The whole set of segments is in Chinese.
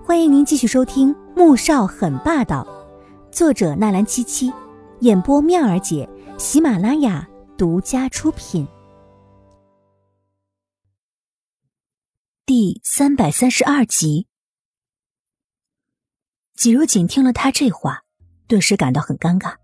欢迎您继续收听《穆少很霸道》，作者纳兰七七，演播妙儿姐，喜马拉雅独家出品。第332集。季如锦听了他这话，顿时感到很尴尬。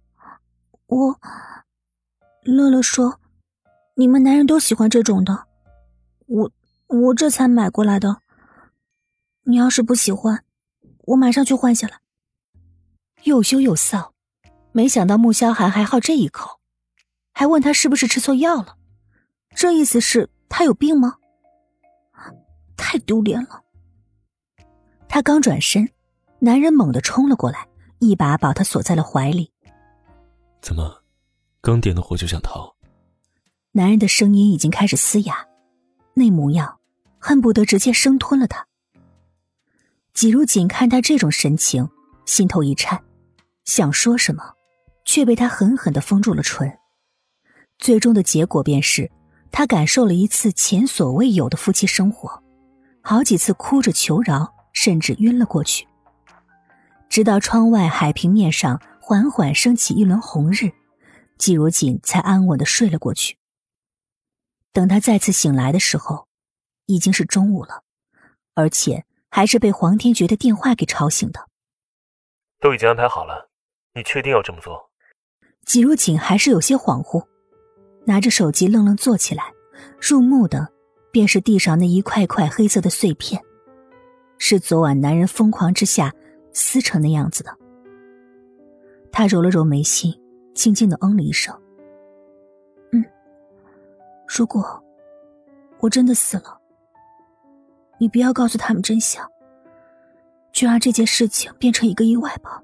乐乐说你们男人都喜欢这种的，我这才买过来的。你要是不喜欢，我马上去换下来。又羞又臊，没想到穆萧寒还好这一口，还问他是不是吃错药了，这意思是他有病吗？太丢脸了。他刚转身，男人猛地冲了过来，一把把他锁在了怀里。 怎么刚点的火就想逃？ 男人的声音已经开始嘶哑，那模样恨不得直接生吞了他。季如锦看他这种神情，心头一颤，想说什么，却被他狠狠地封住了唇。最终的结果便是，他感受了一次前所未有的夫妻生活，好几次哭着求饶，甚至晕了过去。直到窗外海平面上缓缓升起一轮红日，季如锦才安稳地睡了过去。等他再次醒来的时候，已经是中午了，而且还是被黄天觉的电话给吵醒的。 都已经安排好了，你确定要这么做？ 季如锦还是有些恍惚，拿着手机愣愣坐起来，入目的便是地上那一块块黑色的碎片，是昨晚男人疯狂之下撕成那样子的。他揉了揉眉心，轻轻地嗯了一声。如果我真的死了，你不要告诉他们真相，就让这件事情变成一个意外吧。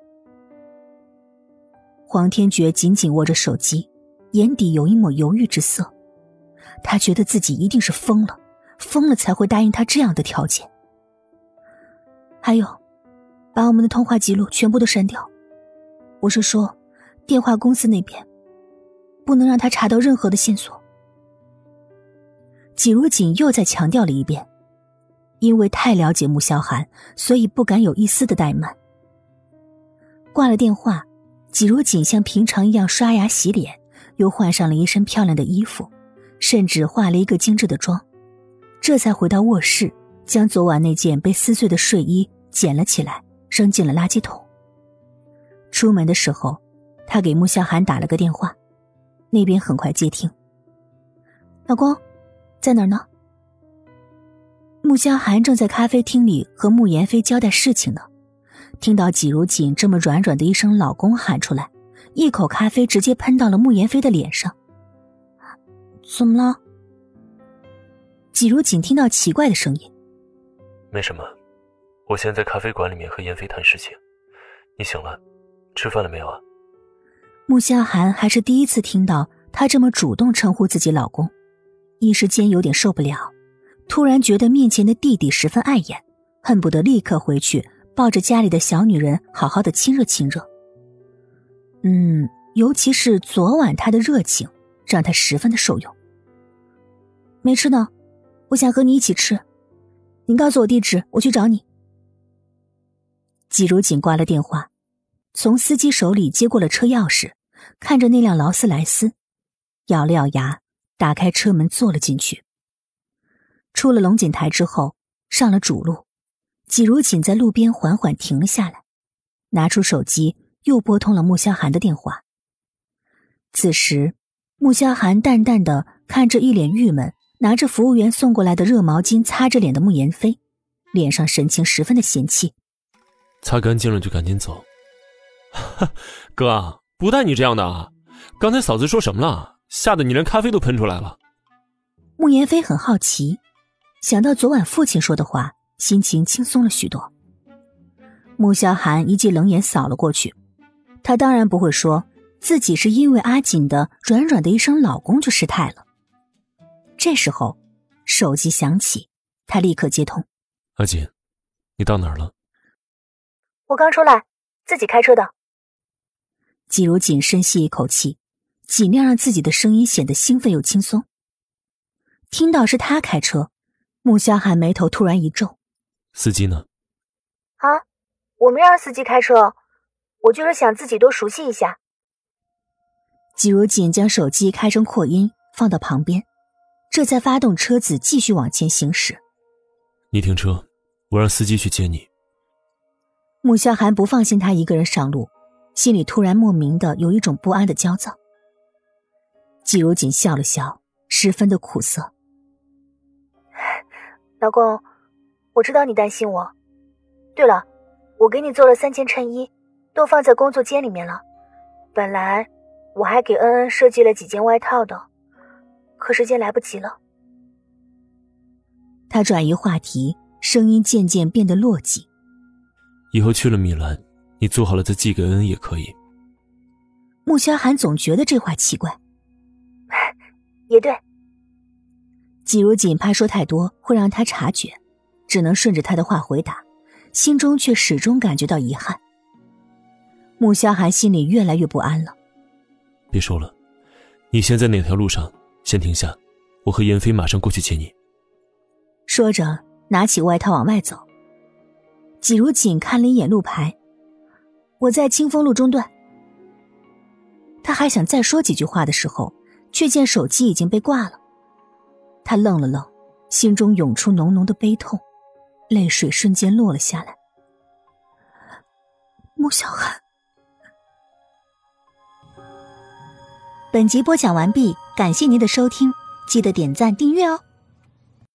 黄天觉紧紧握着手机，眼底有一抹犹豫之色。他觉得自己一定是疯了才会答应他这样的条件。还有，把我们的通话记录全部都删掉。我是说，电话公司那边不能让他查到任何的线索。季如锦又再强调了一遍，因为太了解穆萧寒，所以不敢有一丝的怠慢。挂了电话，季如锦像平常一样刷牙洗脸，又换上了一身漂亮的衣服，甚至化了一个精致的妆，这才回到卧室，将昨晚那件被撕碎的睡衣捡了起来，扔进了垃圾桶。出门的时候，他给穆萧寒打了个电话，那边很快接听。老公在哪儿呢？穆萧寒正在咖啡厅里和穆言飞交代事情呢，听到季如锦这么软软的一声老公喊出来，一口咖啡直接喷到了穆言飞的脸上。怎么了？季如锦听到奇怪的声音。 没什么，我现在在咖啡馆里面和言飞谈事情。你醒了，吃饭了没有啊？ 穆萧寒还是第一次听到他这么主动称呼自己老公，一时间有点受不了，突然觉得面前的弟弟十分碍眼，恨不得立刻回去抱着家里的小女人好好的亲热亲热。尤其是昨晚他的热情让他十分的受用。没吃呢，我想和你一起吃，你告诉我地址，我去找你。季如锦挂了电话，从司机手里接过了车钥匙，看着那辆劳斯莱斯，咬了咬牙，打开车门坐了进去。出了龙井台之后，上了主路，季如锦在路边缓缓停了下来，拿出手机又拨通了穆萧寒的电话。此时穆萧寒淡淡的看着一脸郁闷，拿着服务员送过来的热毛巾擦着脸的穆言飞，脸上神情十分的嫌弃。 擦干净了就赶紧走。哥，不带你这样的啊！刚才嫂子说什么了？吓得你连咖啡都喷出来了。 穆言飞很好奇，想到昨晚父亲说的话，心情轻松了许多。穆萧寒一记冷眼扫了过去，他当然不会说自己是因为阿锦的软软的一声老公就失态了。这时候手机响起，他立刻接通。 阿锦，你到哪儿了？ 我刚出来，自己开车的。季如锦深吸一口气，尽量让自己的声音显得兴奋又轻松。听到是他开车，穆萧寒眉头突然一皱。 司机呢？ 啊，我没让司机开车，我就是想自己多熟悉一下。季如锦将手机开成扩音放到旁边，这才发动车子继续往前行驶。 你停车，我让司机去接你。 穆萧寒不放心他一个人上路，心里突然莫名的有一种不安的焦躁。季如锦笑了笑，十分的苦涩。老公，我知道你担心我。对了，我给你做了3件衬衣，都放在工作间里面了。本来我还给恩恩设计了几件外套的，可时间来不及了。他转移话题，声音渐渐变得落寂。 以后去了米兰，你做好了再寄给恩恩也可以。 穆萧寒总觉得这话奇怪。也对。季如锦怕说太多会让他察觉，只能顺着他的话回答，心中却始终感觉到遗憾。穆萧寒心里越来越不安了。 别说了，你先在哪条路上先停下，我和妍飞马上过去接你。 说着拿起外套往外走。季如锦看了一眼路牌，我在清风路中段。他还想再说几句话的时候，却见手机已经被挂了。他愣了愣，心中涌出浓浓的悲痛，泪水瞬间落了下来。穆小寒。本集播讲完毕，感谢您的收听，记得点赞订阅哦。